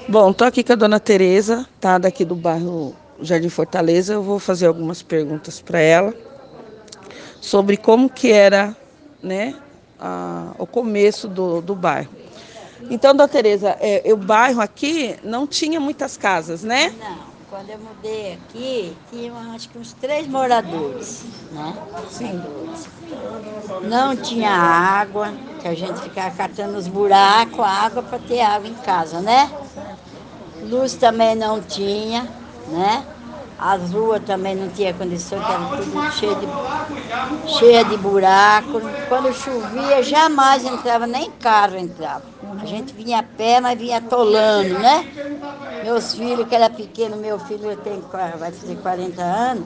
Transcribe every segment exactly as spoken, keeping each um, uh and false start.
Bom, tô aqui com a dona Tereza, tá? Daqui do bairro Jardim Fortaleza. Eu vou fazer algumas perguntas para ela sobre como que era, né, a- o começo do, do bairro. Então, dona Tereza, é, o bairro aqui não tinha muitas casas, né? Não, quando eu mudei aqui, tinha acho que uns três moradores, né? Sim. Moradores. Não tinha água, que a gente ficava catando os buracos, a água para ter água em casa, né? Luz também não tinha, né? As ruas também não tinha condição, que era tudo cheio de, cheia de buraco. Quando chovia, jamais entrava, nem carro entrava. A gente vinha a pé, mas vinha atolando, né? Meus filhos, que era pequeno, meu filho tem, vai fazer quarenta anos,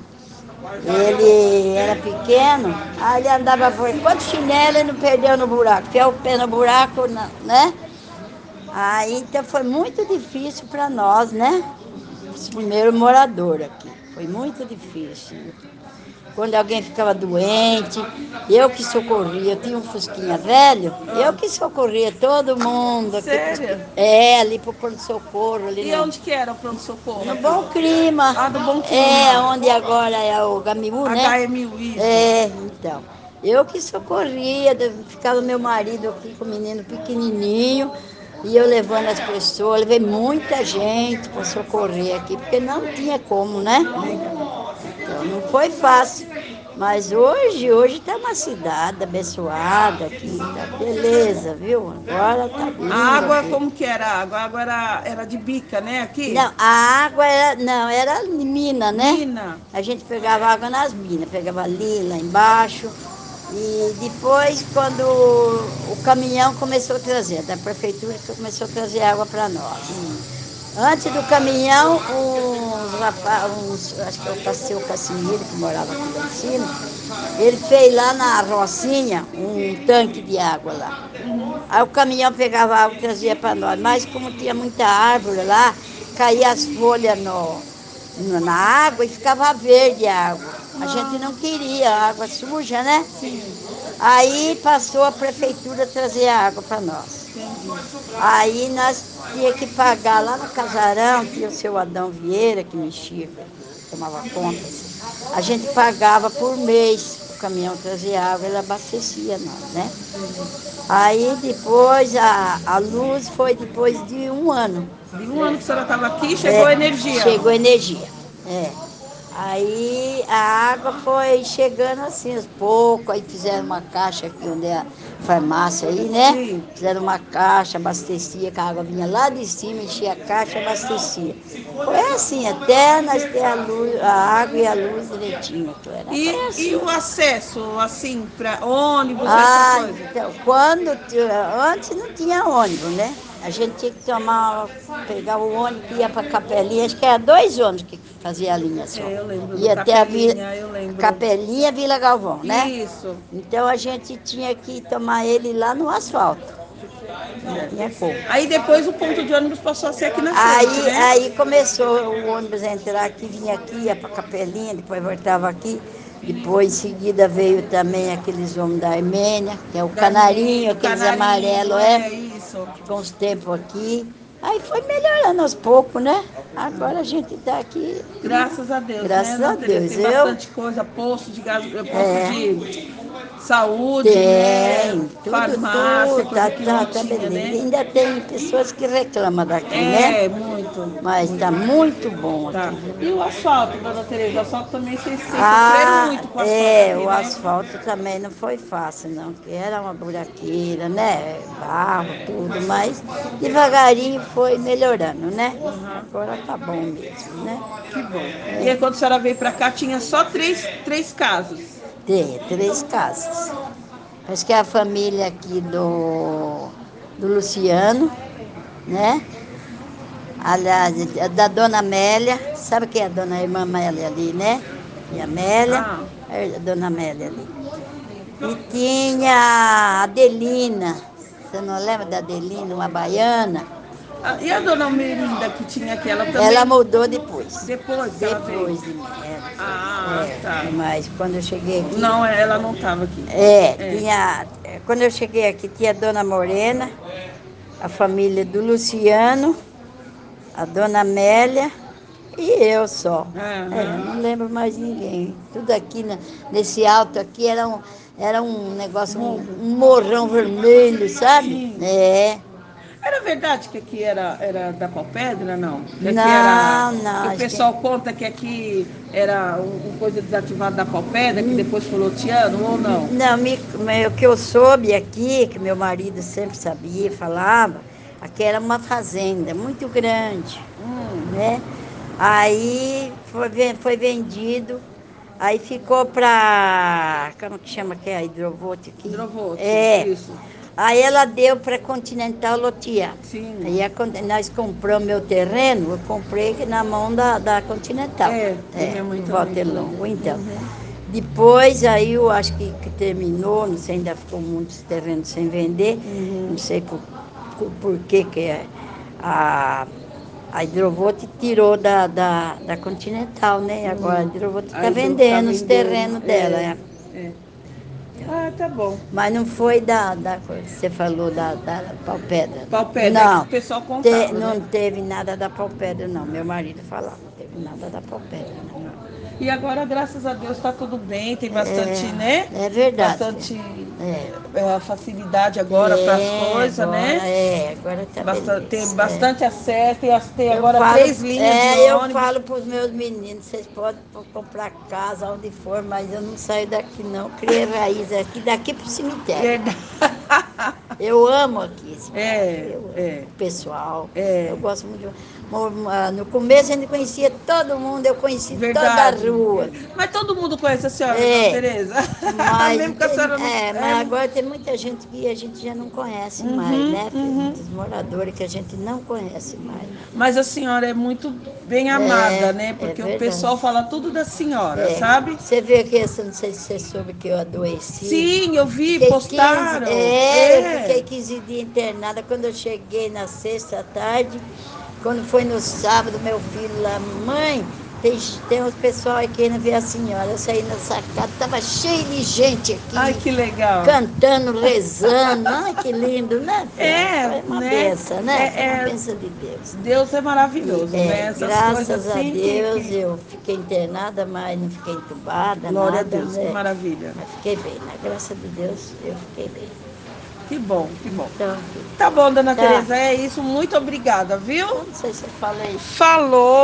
ele era pequeno, aí ele andava por quanto chinelo ele não perdeu no buraco, enfiou o pé no buraco, né? Aí então foi muito difícil para nós, né? Os primeiros moradores aqui. Foi muito difícil. Quando alguém ficava doente, eu que socorria, eu tinha um fusquinha velho, eu Ah, que socorria todo mundo aqui pros, sério? é, ali pro pronto-socorro, ali E no, onde que era o pronto-socorro no aqui? Bom Clima. Ah, do Bom É, Clima. onde agora é o Gamiú, né? H M U, isso. É, então. Eu que socorria, de- ficava meu marido aqui com o menino pequenininho, e eu levando as pessoas, levei muita gente para socorrer aqui, porque não tinha como, né? Então, não foi fácil. Mas hoje, hoje está uma cidade abençoada aqui, tá beleza, viu? Agora tá A lindo água, aqui. como que era a água? A água era, era de bica, né, aqui? Não, a água era, não, era mina, né? Mina. A gente pegava água nas minas, pegava ali, lá embaixo. E depois, quando o caminhão começou a trazer, da prefeitura que começou a trazer água para nós. Antes do caminhão, uns, rapaz, uns, acho que é o Cassio Cassimiro, que morava aqui lá em cima, ele fez lá na Rocinha um tanque de água lá. Aí o caminhão pegava água e trazia para nós. Mas como tinha muita árvore lá, caía as folhas no, no- na água e ficava verde a água. A gente não queria água suja, né? Aí passou a prefeitura a trazer água para nós. Aí nós tínhamos que pagar lá no casarão, tinha o seu Adão Vieira que mexia, que tomava conta. A gente pagava por mês o caminhão trazer água, ele abastecia nós, né? Aí depois a, a luz foi depois de um ano. De um ano que a senhora estava aqui, chegou É, a energia. chegou energia. É. Aí a água foi chegando assim, aos poucos, aí fizeram uma caixa aqui onde é a farmácia aí, né? Sim. Fizeram uma caixa, abastecia, que a água vinha lá de cima, enchia a caixa e abastecia. Foi assim, até nós ter a, luz, a água e a luz direitinho. Era, E, foi e assim. o acesso, assim, para ônibus, essas Ah, coisas? então, quando, antes não tinha ônibus, né? A gente tinha que tomar, pegar o ônibus que ia para Capelinha, acho que era dois ônibus que fazia a linha só. É, eu lembro do Ia até a Vila, Capelinha, eu lembro. Capelinha, Vila Galvão, né? Isso. Então a gente tinha que tomar ele lá no asfalto. Não tinha como. Aí depois o ponto de ônibus passou a ser aqui na frente, Aí, né? aí começou o ônibus a entrar aqui, vinha aqui, ia para Capelinha, depois voltava aqui. Depois, em seguida, veio também aqueles homens da Armênia, que é o Da Armênia, canarinho, o aqueles canarinho, amarelos, é. é isso. Ficou uns tempos aqui. Aí foi melhorando aos poucos, né? Agora a gente está aqui, Graças a Deus, né, graças a dona Tereza? Deus. Tem Eu, bastante coisa, posto de gás, posto é, de saúde, né? tem, tudo, Farmácia, tudo, tá, coisa que não tá, tá tinha, beleza. né? Ainda tem pessoas que reclamam daqui, né? É, muito, Mas está muito. muito bom Tá. aqui, viu? E o asfalto, dona Tereza? O asfalto também vocês, vocês sofreram Ah, muito com o asfalto é, aqui, o né? asfalto também não foi fácil, não, que era uma buraqueira, né? Barro, tudo, mas devagarinho foi melhorando, né? Agora tá bom mesmo, né? Que bom. E aí, quando a senhora veio pra cá, tinha só três, três casos. Tem três casas. Acho que é a família aqui do, do Luciano, né? Aliás, a da dona Amélia, sabe quem é a dona irmã Amélia ali, né? E a Amélia, Ah, a dona Amélia ali. E tinha a Adelina, você não lembra da Adelina, uma baiana? ah, e a dona Merinda que tinha aqui, ela Ela também, mudou depois. depois que ela veio? Depois de mim, é, depois. Ah, tá. É, mas quando eu cheguei aqui, Não, ela não estava aqui. é, É. tinha, é, quando eu cheguei aqui tinha a Dona Morena, a família do Luciano a dona Amélia e eu só. Aham. É, não lembro mais ninguém. Tudo aqui, né, nesse alto aqui, era um, era um negócio, um, um morrão vermelho, sabe? Sim. É. Era verdade que aqui era, era da Pau-Pedra, não? Que aqui era. Não, não. Que o acho que- pessoal conta que aqui era um, um coisa desativada da Pau-Pedra, que depois foi loteando, ou não? Não, me, me- o que eu soube aqui, que meu marido sempre sabia, falava, aqui era uma fazenda muito grande, Hum, né? Aí foi, ven- foi vendido, aí ficou para, como que chama que é a hidrovolt aqui? Hidrovolt, É. isso. Aí ela deu para Continental lotear. Sim. Aí a Con- nós compramos meu terreno, eu comprei na mão da, da Continental. É, e minha mãe do também Valtelongo, foi. então. Uhum. Depois, aí eu acho que, que terminou, não sei, ainda ficou muitos terrenos sem vender, Uhum. não sei por, por, por que, que é, a, a Hidrovolt tirou da, da, da Continental, né? Agora a Hidrovolt está Aí deu- vendendo tá os vendendo, terrenos dela. é, É. é. Ah, tá bom. Mas não foi da, da coisa que você falou da, da Pau-Pedra, não. Pau-Pedra, é que o Não, pessoal te, contava, não né? teve nada da Pau-Pedra, não. Meu marido falava, não teve nada da Pau-Pedra, não. E agora, graças a Deus, está tudo bem, tem bastante, né? É, é verdade. Bastante É. é, facilidade agora para as É, coisas, agora, né? é, agora tá Basta- tem beleza. É. bastante acesso, tem, as- tem Eu agora falo, três linhas de é, eu ônibus. falo para os meus meninos, vocês podem p- comprar casa onde for, mas eu não saio daqui não, criei raiz aqui, daqui pro cemitério. Verdade. Eu amo aqui esse bairro, É, eu amo é, o pessoal, é. eu gosto muito. de- mo- ah, No começo a gente conhecia todo mundo, eu conheci toda a Verdade. rua. Mas todo mundo conhece a senhora, dona É, Tereza. mas, Mesmo que a tem, senhora não. é, É, mas agora tem muita gente que a gente já não conhece mais, uhum, né, filho? uhum. Muitos moradores que a gente não conhece mais. Mas a senhora é muito bem amada, É, né? é Porque o verdade. pessoal fala tudo da senhora, É. sabe? Você vê que essa, não sei se você soube que eu adoeci. Sim, eu vi, Fiquei quinze, postaram. é, eu fiquei É. quinze dias internada. Quando eu cheguei na sexta à tarde, quando foi no sábado, meu filho lá, mãe, tem, tem uns pessoal aqui querendo ver a senhora. Eu saí na sacada, estava cheio de gente aqui, Ai, que legal. cantando, rezando. Ai, que lindo, né, filha? É, Foi uma né? benção, né? Foi É, uma é- benção de Deus. Deus é maravilhoso, É, né? Essas graças coisas a assim que- Deus que... eu fiquei internada, mas não fiquei entubada, Glória nada, a Deus, que né? maravilha. Mas fiquei bem, na graça de Deus eu fiquei bem. Que bom, que bom. Então, Tá bom, dona tá. Tereza, é isso. Muito obrigada, viu? Eu não sei se eu falei. Falou.